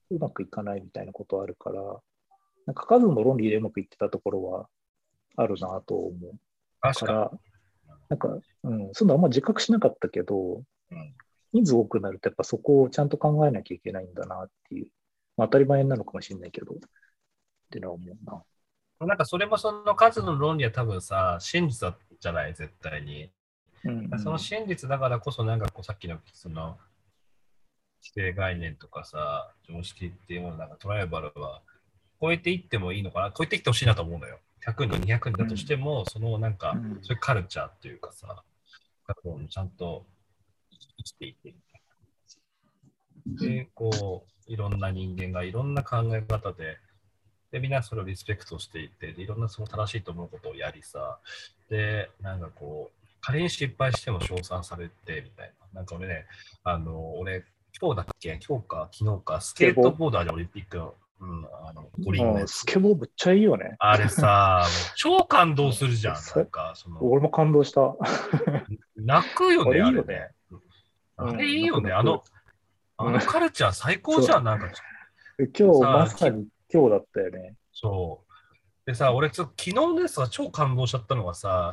うまくいかないみたいなことあるから、なんか数の論理でうまくいってたところはあるなと思う確かから、なんか、そういうのあんま自覚しなかったけど、 に。 人数多くなるとやっぱそこをちゃんと考えなきゃいけないんだなっていう、まあ、当たり前なのかもしれないけど、っていうのは思うな。 なんかそれもその数の論理は多分さ、真実じゃない、絶対に。その真実だからこそ、なんかこうさっきのその規定概念とかさ、常識っていうものなんかトライバルは超えていってもいいのかな、超えていってほしいなと思うのよ。100人、200人だとしても、そのなんか、そういうカルチャーっていうかさ、ちゃんと生きていて。で、こう、いろんな人間がいろんな考え方で、みんなそれをリスペクトしていて、でいろんなその正しいと思うことをやりさ、で、なんかこう、仮に失敗しても称賛されて、みたいな。なんか俺ね、俺、今日だっけ今日か昨日か、スケートボードあるオリンピックの、五輪のやつ。 スケボーぶっちゃいいよね。 あれさ、もう超感動するじゃん。なんか俺も感動した。 泣くよね、 あれいいよね。 あれいいよね。あのカルチャー最高じゃん。なんか今日まさに今日だったよね。 そう。でさ、俺昨日のやつが超感動しちゃったのがさ、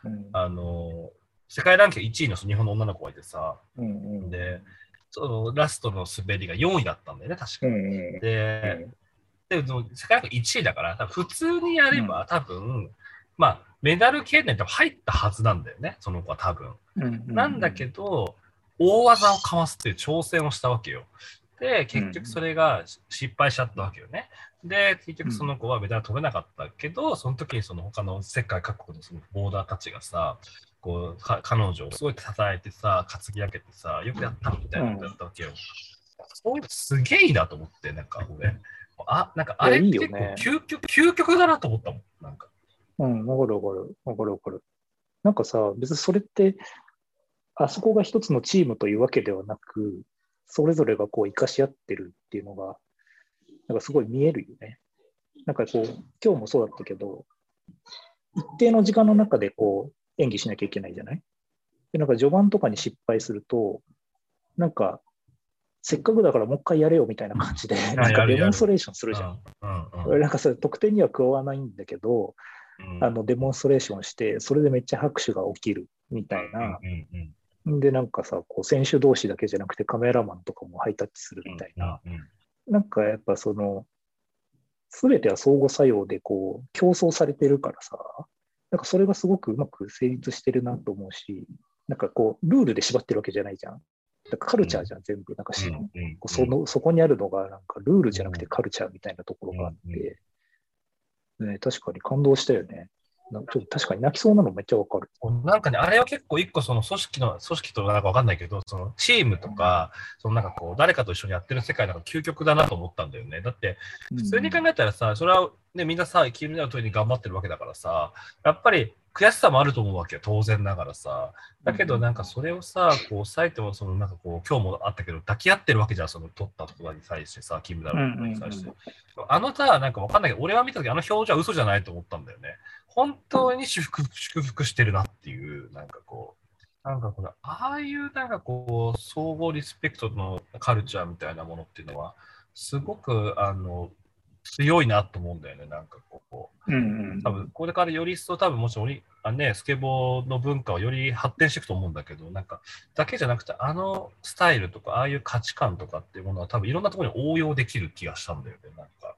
世界ランキング1位の日本の女の子がいてさ、で、そのラストの滑りが4位だったんだよね、確か。で、世界ランキング1位だから、普通にやれば多分、まあ、メダル圏内に入ったはずなんだよね、その子は多分。なんだけど、大技をかますっていう挑戦をしたわけよ。で、結局それが失敗しちゃったわけよね。で、結局その子はメダル取れなかったけど、その時にその他の世界各国のそのボーダーたちがさ、こう彼女をすごい叩いてさ、担ぎ上げてさ、よくやったみたいなことやったわけよ。そういうのすげえいいなと思って、なんか俺、なんかあれって結構究極だなと思ったもん。なんか。 わかる。なんかさ、別にそれって、あそこが一つのチームというわけではなく、それぞれがこう生かし合ってるっていうのが、なんかすごい見えるよね。なんかこう、今日もそうだったけど、一定の時間の中でこう演技しなきゃいけないじゃない？で、なんか序盤とかに失敗すると、なんか、せっかくだからもう一回やれよみたいな感じで、なんかデモンストレーションするじゃん。なんかそれ得点には加わらないんだけど、デモンストレーションして、それでめっちゃ拍手が起きるみたいな。で、なんかさ、こう選手同士だけじゃなくてカメラマンとかもハイタッチするみたいな。なんかやっぱその、すべては相互作用でこう競争されてるからさ、なんかそれがすごくうまく成立してるなと思うし、なんかこう、ルールで縛ってるわけじゃないじゃん。だからカルチャーじゃん、全部。なんかそこにあるのが、なんかルールじゃなくてカルチャーみたいなところがあって、ね、確かに感動したよね。ちょっと確かに泣きそうなのめっちゃわかる。 なんかね、あれは結構一個その組織となんかわかんないけど、そのチームとか、そのなんかこう、誰かと一緒にやってる世界なんか究極だなと思ったんだよね。だって、普通に考えたらさ、それはね、みんなさ、金メダル取りに頑張ってるわけだからさ、やっぱり悔しさもあると思うわけよ、当然ながらさ。だけどなんかそれをさ、こう抑えても、そのなんかこう、今日もあったけど、抱き合ってるわけじゃん、その取ったところに対してさ、金メダルに対して。なんかわかんないけど、俺は見たとき、あの表情は嘘じゃないと思ったんだよね。本当に祝福してるなっていう、なんかこれ、ああいうなんかこう、総合リスペクトのカルチャーみたいなものっていうのは、すごく、強いなと思うんだよね、なんかこう。多分、これからより一層多分、もちろん、スケボーの文化はより発展していくと思うんだけど、なんか、だけじゃなくて、あのスタイルとか、ああいう価値観とかっていうものは多分いろんなところに応用できる気がしたんだよね、なんか。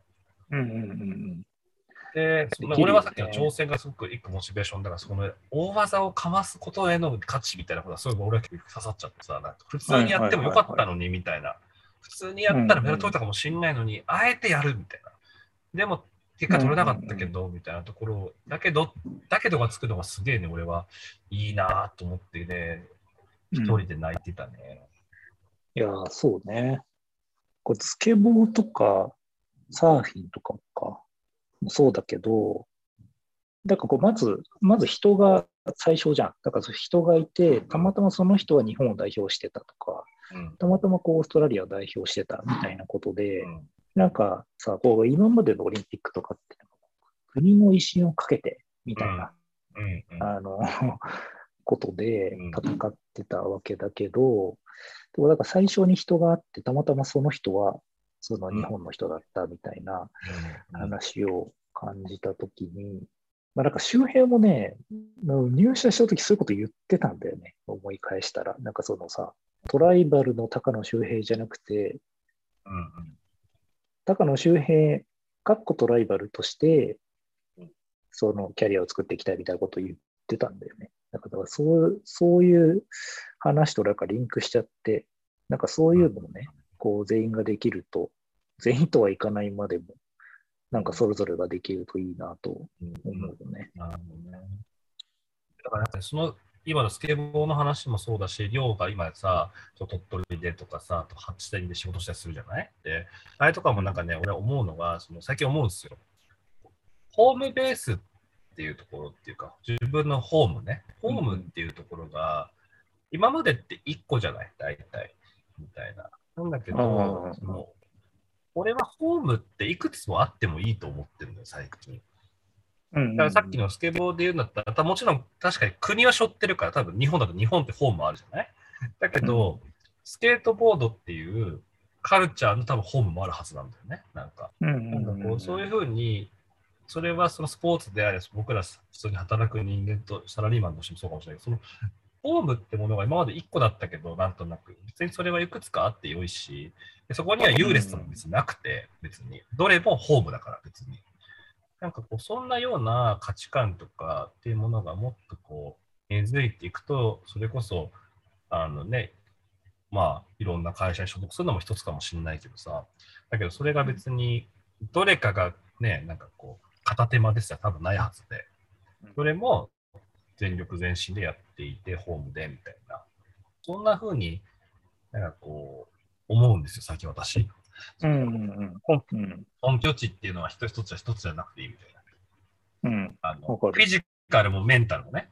で、俺はさっきの挑戦がすごく一個モチベーションだから、その大技をかますことへの価値みたいなことは、そういうの俺は結構刺さっちゃってさ、なんか普通にやってもよかったのにみたいな、普通にやったらメダル取れたかもしれないのに、あえてやるみたいな。でも、結果取れなかったけど、みたいなところ、だけどがつくのがすげえね、俺はいいなと思ってね、一人で泣いてたね。 いや、そうね。これスケボーとか、サーフィンとかもそうだけど、だからこうまず人が最初じゃん。だから人がいて、たまたまその人は日本を代表してたとか、たまたまこうオーストラリアを代表してたみたいなことで、なんかさ、こう今までのオリンピックとかって国の威信をかけてみたいな、ことで戦ってたわけだけど、でもだから最初に人があって、たまたまその人はその日本の人だったみたいな話を感じたときに、まあなんか周平もね、入社したときそういうこと言ってたんだよね。思い返したら。なんかそのさ、トライバルの高野周平じゃなくて、高野周平、かっこトライバルとして、そのキャリアを作っていきたいみたいなことを言ってたんだよね。だからそういう話となんかリンクしちゃって、なんかそういうのもね、こう全員ができると、全員とはいかないまでも、なんかそれぞれができるといいなと思うよね。 なるほどね。だからその今のスケボーの話もそうだし、亮が今さ、鳥取でとかさ、八点で仕事したりするじゃないで、あれとかもなんかね、俺思うのが、最近思うんですよ。ホームベースっていうところっていうか、自分のホームね、ホームっていうところが、今までって1個じゃない、大体、みたいな。なんだけど、俺はホームっていくつもあってもいいと思ってるんだよ、最近。だからさっきのスケボーで言うんだったら、もちろん確かに国は背負ってるから、多分日本だと日本ってホームあるじゃないだけど、スケートボードっていうカルチャーの多分ホームもあるはずなんだよね。なんかこうそういうふうに、それはそのスポーツであれ、僕ら普通に働く人間とサラリーマンとしてもそうかもしれないけど、そのホームってものが今まで1個だったけど、なんとなく、別にそれはいくつかあってよいし、そこには優劣とも別になくて、別に、どれもホームだから別に。なんかこう、そんなような価値観とかっていうものがもっとこう、根付いていくと、それこそ、まあ、いろんな会社に所属するのも一つかもしれないけどさ、だけどそれが別に、どれかがね、なんかこう、片手間ですら多分ないはずで、それも全力全身でやっていて、ホームでみたいな、そんな風になんかこう、思うんですよ、最近私。本拠地っていうのは一つじゃなくていいみたいな。フィジカルもメンタルもね。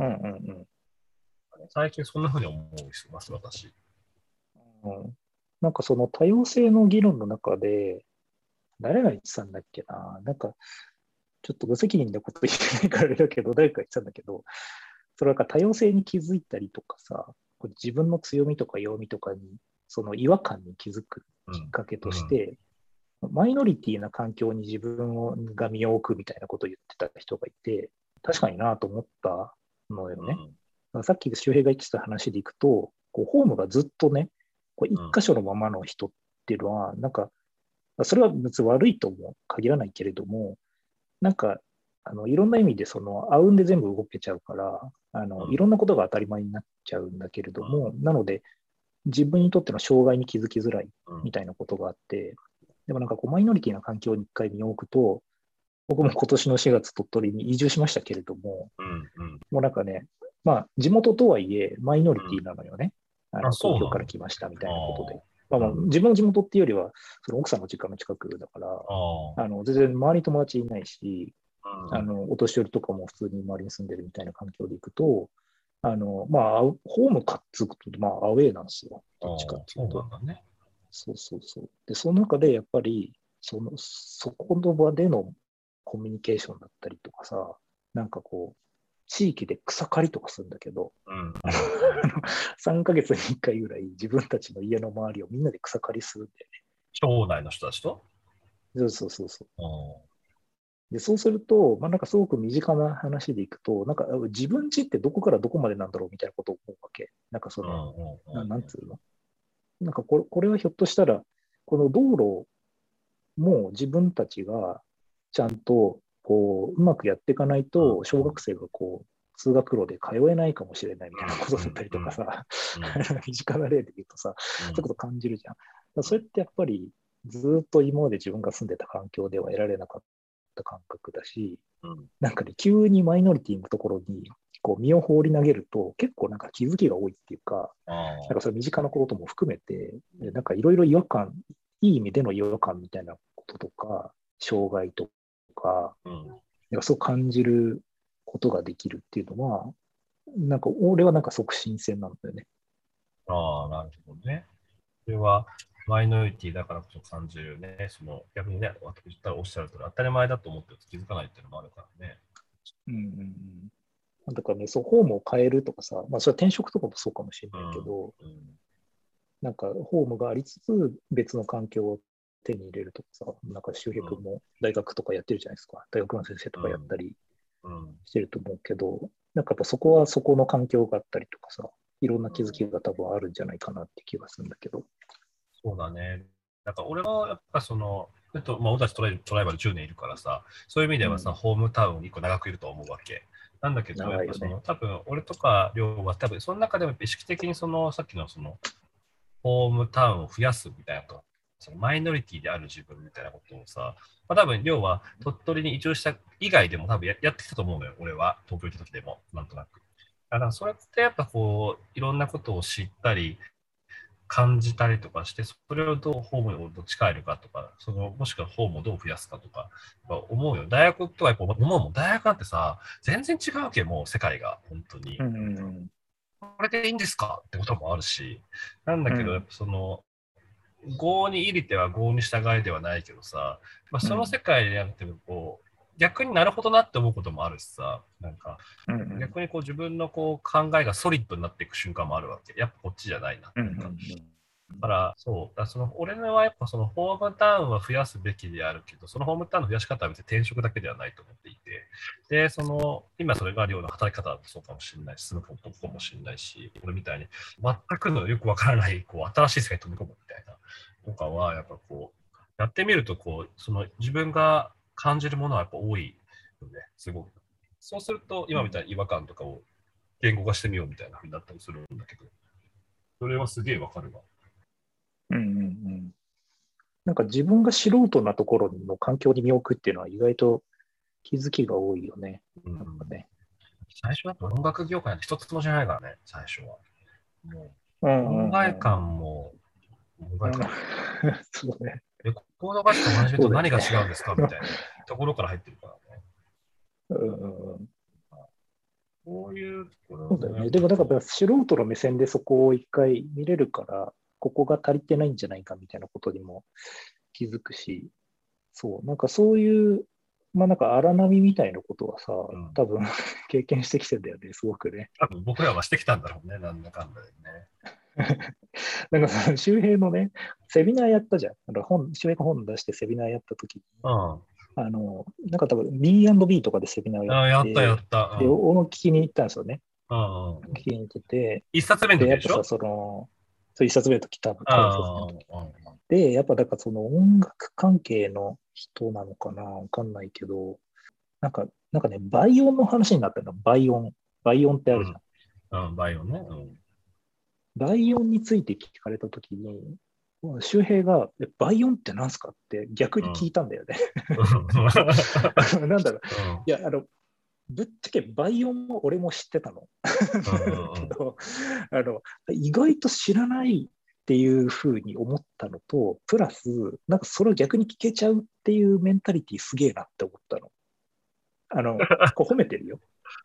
最近そんな風に思います、私。 なんかその多様性の議論の中で、誰が言ってたんだっけな、なんか、ちょっと無責任なこと言ってないからあれだけど、誰か言ってたんだけど、それは多様性に気づいたりとかさ、自分の強みとか弱みとかに、その違和感に気づくきっかけとして、マイノリティな環境に自分が身を置くみたいなことを言ってた人がいて、確かになと思ったのよね。さっき周平が言ってた話でいくと、こうホームがずっとね、こう一箇所のままの人っていうのは、なんか、それは別に悪いとも限らないけれども、なんか、いろんな意味であうんで全部動けちゃうから、いろんなことが当たり前になっちゃうんだけれども、なので、自分にとっての障害に気づきづらいみたいなことがあって、でもなんかこう、マイノリティな環境に一回身を置くと、僕も今年の4月鳥取に移住しましたけれども、もうなんかね、まあ、地元とはいえ、マイノリティなのよね。東京から来ましたみたいなことで。まあ、自分の地元っていうよりは、その奥さんの実家の近くだから、全然周りに友達いないし、お年寄りとかも普通に周りに住んでるみたいな環境で行くと、まあ、ホームかっつくと、まあ、アウェーなんですよ。どっちかっていうと。そうそうそう。で、その中でやっぱり、そこの場でのコミュニケーションだったりとかさ、なんかこう、地域で草刈りとかするんだけど、3ヶ月に1回ぐらい自分たちの家の周りをみんなで草刈りするんだよね。 町内の人たちとそう。で、そうすると、まあなんかすごく身近な話でいくと、なんか自分家ってどこからどこまでなんだろうみたいなことを思うわけ。なんかなんつうのなんかこれはひょっとしたら、この道路も自分たちがちゃんとこう、うまくやっていかないと、小学生がこう、通学路で通えないかもしれないみたいなことだったりとかさ、身近な例で言うとさ、そういうこと感じるじゃん。それってやっぱり、ずっと今まで自分が住んでた環境では得られなかった感覚だし、なんかね、急にマイノリティのところにこう身を放り投げると、結構なんか気づきが多いっていうか、なんかそれ身近なことも含めて、なんかいろいろ違和感、いい意味での違和感みたいなこととか、障害とか、なんかそう感じることができるっていうのは、なんか俺はなんかすごく新鮮なんだよね。 なるほどね。それはマイノリティだからこそ感じるね、逆にね、言ったらおっしゃるとおり、当たり前だと思って気づかないっていうのもあるからね。 だからね、ホームを変えるとかさ、まあそれは転職とかもそうかもしれないけど、なんかホームがありつつ別の環境を手に入れるとかさ、なんか周平君も大学とかやってるじゃないですか。大学の先生とかやったりしてると思うけど、なんかやっぱそこはそこの環境があったりとかさ、いろんな気づきが多分あるんじゃないかなって気がするんだけど。 そうだね。なんか俺もやっぱその、俺たちトライバル10年いるからさ、そういう意味ではさ、ホームタウンに1個長くいると思うわけ。なんだけど、やっぱその、多分俺とか亮は多分その中でも意識的にそのさっきのそのホームタウンを増やすみたいなと、そのマイノリティである自分みたいなことをさ、多分亮は鳥取に移住した以外でも多分やってきたと思うのよ、俺は。東京行った時でも、なんとなく。だからそれってやっぱこう、いろんなことを知ったり、感じたりとかして、それをどうホームに持ち帰るかとか、もしくはホームをどう増やすかとか、思うよ。大学とかやっぱ思うもん。大学なんてさ、全然違うわけよ、もう世界が、本当に。これでいいんですかってこともあるし、なんだけど、やっぱその、業に入りては業に従いではないけどさ、その世界でやってもこう、逆になるほどなって思うこともあるしさ、なんか、逆にこう自分のこう考えがソリッドになっていく瞬間もあるわけ。やっぱこっちじゃないな。だから、その俺はやっぱそのホームタウンは増やすべきであるけど、そのホームタウンの増やし方は別に転職だけではないと思っていて、で、今それが寮の働き方だとそうかもしれないし、住むことかもしれないし、俺みたいに全くのよくわからない、こう、新しい世界に飛び込むみたいな、とかは、やっぱこう、やってみると、こう、自分が感じるものはやっぱ多いよね、すごく。そうすると、今みたいな違和感とかを言語化してみようみたいな風になったりするんだけど、それはすげえわかるわ。 なんか自分が素人なところの環境に身を置くっていうのは意外と気づきが多いよね。なんかね、 最初は音楽業界なんて一つも知らないからね、最初は。もう、音楽感も、 そうね。 レコード会社とマネジメント何が違うんですかみたいなところから入ってるからね。こういうところ、 そうだよね。でもだから素人の目線でそこを一回見れるから、ここが足りてないんじゃないかみたいなことにも気づくし、そう、なんかそういう、なんか荒波みたいなことはさ、多分経験してきてんだよね、すごくね。 多分僕らはしてきたんだろうね、なんだかんだでね。 なんかさ、周平のね、セミナーやったじゃん。周平が本出してセミナーやったときに、なんか多分 B&B とかでセミナーをやって、 やった。 で、俺も聞きに行ったんですよね。聞きに行ってて、 一冊目の時でしょ？ やっぱさ、一冊目の時多分、で、やっぱだからその音楽関係の人なのかな、わかんないけど、なんかね、倍音の話になったの。倍音ってあるじゃん。 倍音ね。 倍音について聞かれたときに、周平が、倍音って何すかって逆に聞いたんだよね。なんだろう。いや、ぶっちゃけ倍音も俺も知ってたの。けど意外と知らないっていうふうに思ったのと、プラス、なんかそれを逆に聞けちゃうっていうメンタリティすげえなって思ったの。こう褒めてるよ。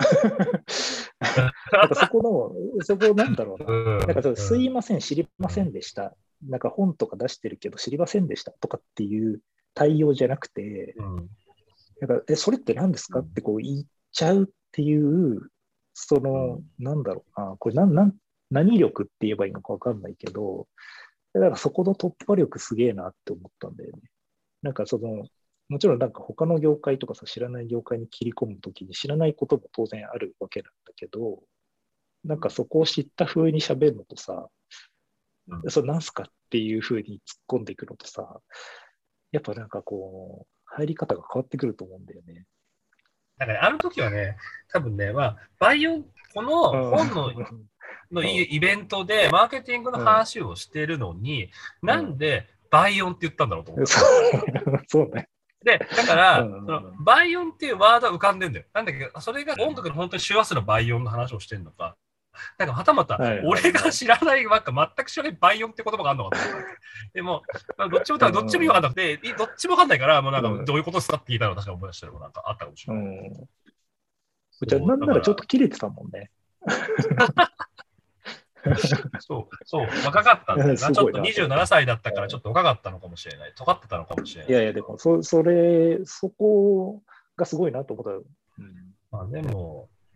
なんかそこなんだろうな。なんかすいません、知りませんでした。なんか本とか出してるけど知りませんでしたとかっていう対応じゃなくて、なんかそれって何ですかってこう言っちゃうっていう、なんだろうな、これ何力って言えばいいのか分かんないけど、だからそこの突破力すげえなって思ったんだよね。なんかもちろんなんか他の業界とかさ、知らない業界に切り込むときに知らないことも当然あるわけなんだけど、なんかそこを知った風に喋るのとさ、それなんすかっていう風に突っ込んでいくのとさ、やっぱなんかこう、入り方が変わってくると思うんだよね。 だから、あの時はね、多分ね、倍音、この本のイベントでマーケティングの話をしてるのに、なんで倍音って言ったんだろうと思った。 そうね。 で、だから、倍音っていうワードは浮かんでんだよ。なんだけど、それが音楽の本当に周波数の倍音の話をしてるのか、なんかはたまた、俺が知らない、全く知らない倍音って言葉があるのかと思った。でも、どっちも分かんなくて、どっちも分かんないから、もうなんかどういうことですかって聞いたのを確か思い出したのもなんかあったかもしれない。 じゃあ、なんならちょっと切れてたもんね。 そう、若かったんだよな。ちょっと27歳だったから、ちょっと若かったのかもしれない。尖ってたのかもしれない。 いや、でも、そこがすごいなと思ったよ。 でも、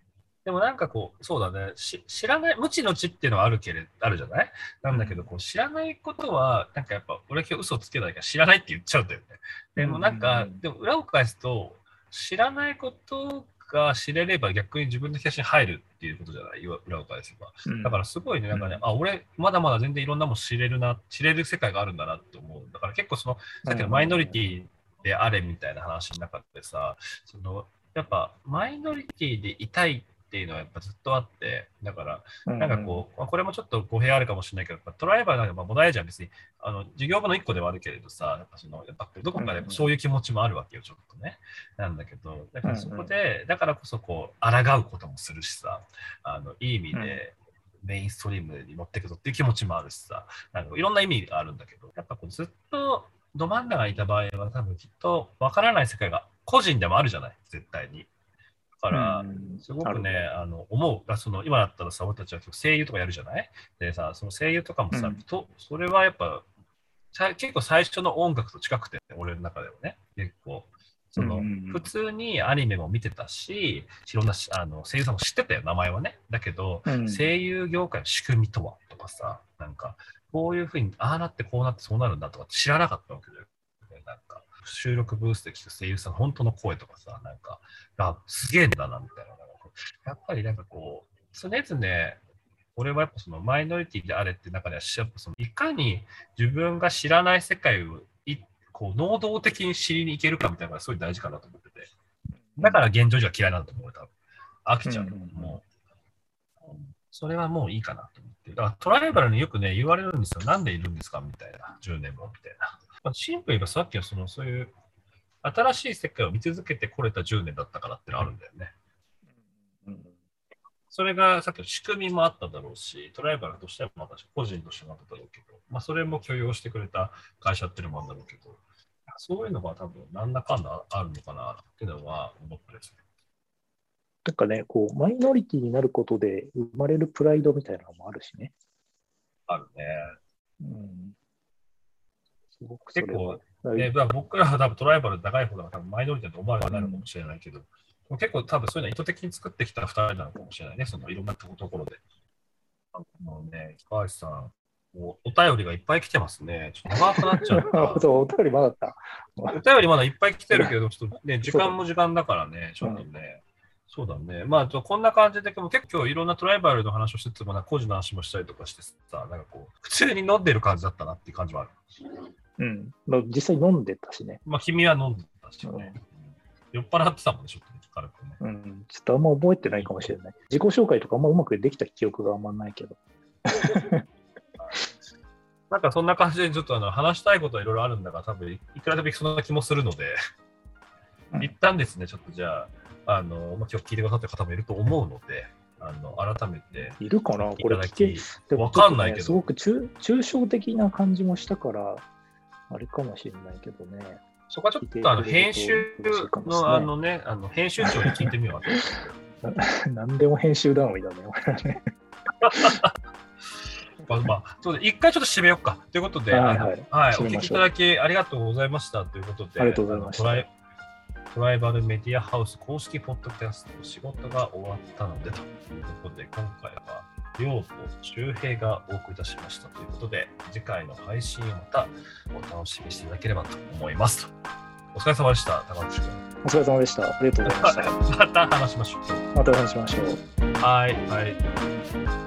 でもなんかこう、そうだね、知らない、無知の知っていうのはあるじゃないなんだけど、こう知らないことは、なんかやっぱ、俺今日嘘つけないから知らないって言っちゃうんだよね。でもなんか、でも裏を返すと、知らないことが知れれば逆に自分の気持ちに入るっていうことじゃない、裏を返せば。だからすごいね、なんかね、俺、まだまだ全然いろんなもん知れる世界があるんだなって思う。だから結構さっきのマイノリティであれみたいな話の中でさ、やっぱマイノリティでいたいっていうのはやっぱずっとあって、だからなんかこう、これもちょっと語弊あるかもしれないけど、トライバルなんかもだえじゃん別に事業部の一個ではあるけれどさ、やっぱどこかでそういう気持ちもあるわけよちょっとね。なんだけど、だからそこでだからこそこう抗うこともするしさ、いい意味でメインストリームに持っていくぞっていう気持ちもあるしさ、なんかいろんな意味があるんだけど、やっぱこうずっとど真ん中にいた場合は多分きっとわからない世界が個人でもあるじゃない、絶対に。だから、すごくね、思う。今だったらさ、俺たちは声優とかやるじゃないでさ、その声優とかもさ、それはやっぱ、結構最初の音楽と近くて、俺の中ではね、結構。普通にアニメも見てたし、いろんな声優さんも知ってたよ、名前はね。だけど、声優業界の仕組みとはとかさ、なんか、こういうふうに、ああなってこうなってそうなるんだとか知らなかったわけだよ。なんか収録ブースで聞く声優さん本当の声とかさ、なんかすげえんだなみたいな。やっぱりなんかこう常々俺はやっぱそのマイノリティであれって中ではやっぱいかに自分が知らない世界をこう能動的に知りに行けるかみたいなのがすごい大事かなと思ってて、だから現状じゃ嫌いなんだと思う。多分飽きちゃう。もうそれはもういいかなと思って。だからトライバルによくね言われるんですよ。なんでいるんですかみたいな、10年もみたいな。シンプルに言えばさっきはそういう新しい世界を見続けてこれた10年だったからってのあるんだよね。それがさっきの仕組みもあっただろうし、トライバルとしてはまた個人としてもあっただろうけど、それも許容してくれた会社っていうのもあるんだろうけど、そういうのが多分なんだかんだあるのかなっていうのは思ったりする。 なんかね、こうマイノリティになることで生まれるプライドみたいなのもあるしね。 あるね。 結構、僕らは多分トライバル長い方が多分マイノリティだと思われないのかもしれないけど、結構多分そういうのは意図的に作ってきた2人なのかもしれないね、いろんなところで。もうね、高橋さん、お便りがいっぱい来てますね。ちょっと長くなっちゃう。 そう、お便りまだった。 お便りまだいっぱい来てるけど、ちょっとね、時間も時間だからね、ちょっとね。そうだね。こんな感じで、結構いろんなトライバルの話をしつつも、個人の話もしたりとかしてさ、なんかこう、普通に飲んでる感じだったなっていう感じもある。 実際飲んでたしね。 君は飲んでたしね。酔っ払ってたもんね、ちょっとね、軽くね。 ちょっとあんま覚えてないかもしれない。自己紹介とかあんまうまくできた記憶があんまないけど。 なんかそんな感じでちょっと話したいことはいろいろあるんだが、多分いくらでもそんな気もするので、一旦ですね、ちょっとじゃあ、今日聞いてくださってる方もいると思うので、改めているかなこれわかんないけど、 すごく抽象的な感じもしたから、あれかもしれないけどね。 そこはちょっと編集の編集長に聞いてみよう。何でも編集頼みだね、俺らね。 一回ちょっと締めようかということで、お聞きいただきありがとうございましたということで、 ありがとうございました。 トライバルメディアハウス公式ポッドキャストの仕事が終わったのでということで、今回は亮と周平がお送りいたしましたということで、次回の配信をまたお楽しみにしていただければと思いますと。お疲れ様でした、高橋君。 お疲れ様でした。ありがとうございました。 また話しましょう。 また話しましょう。 はい。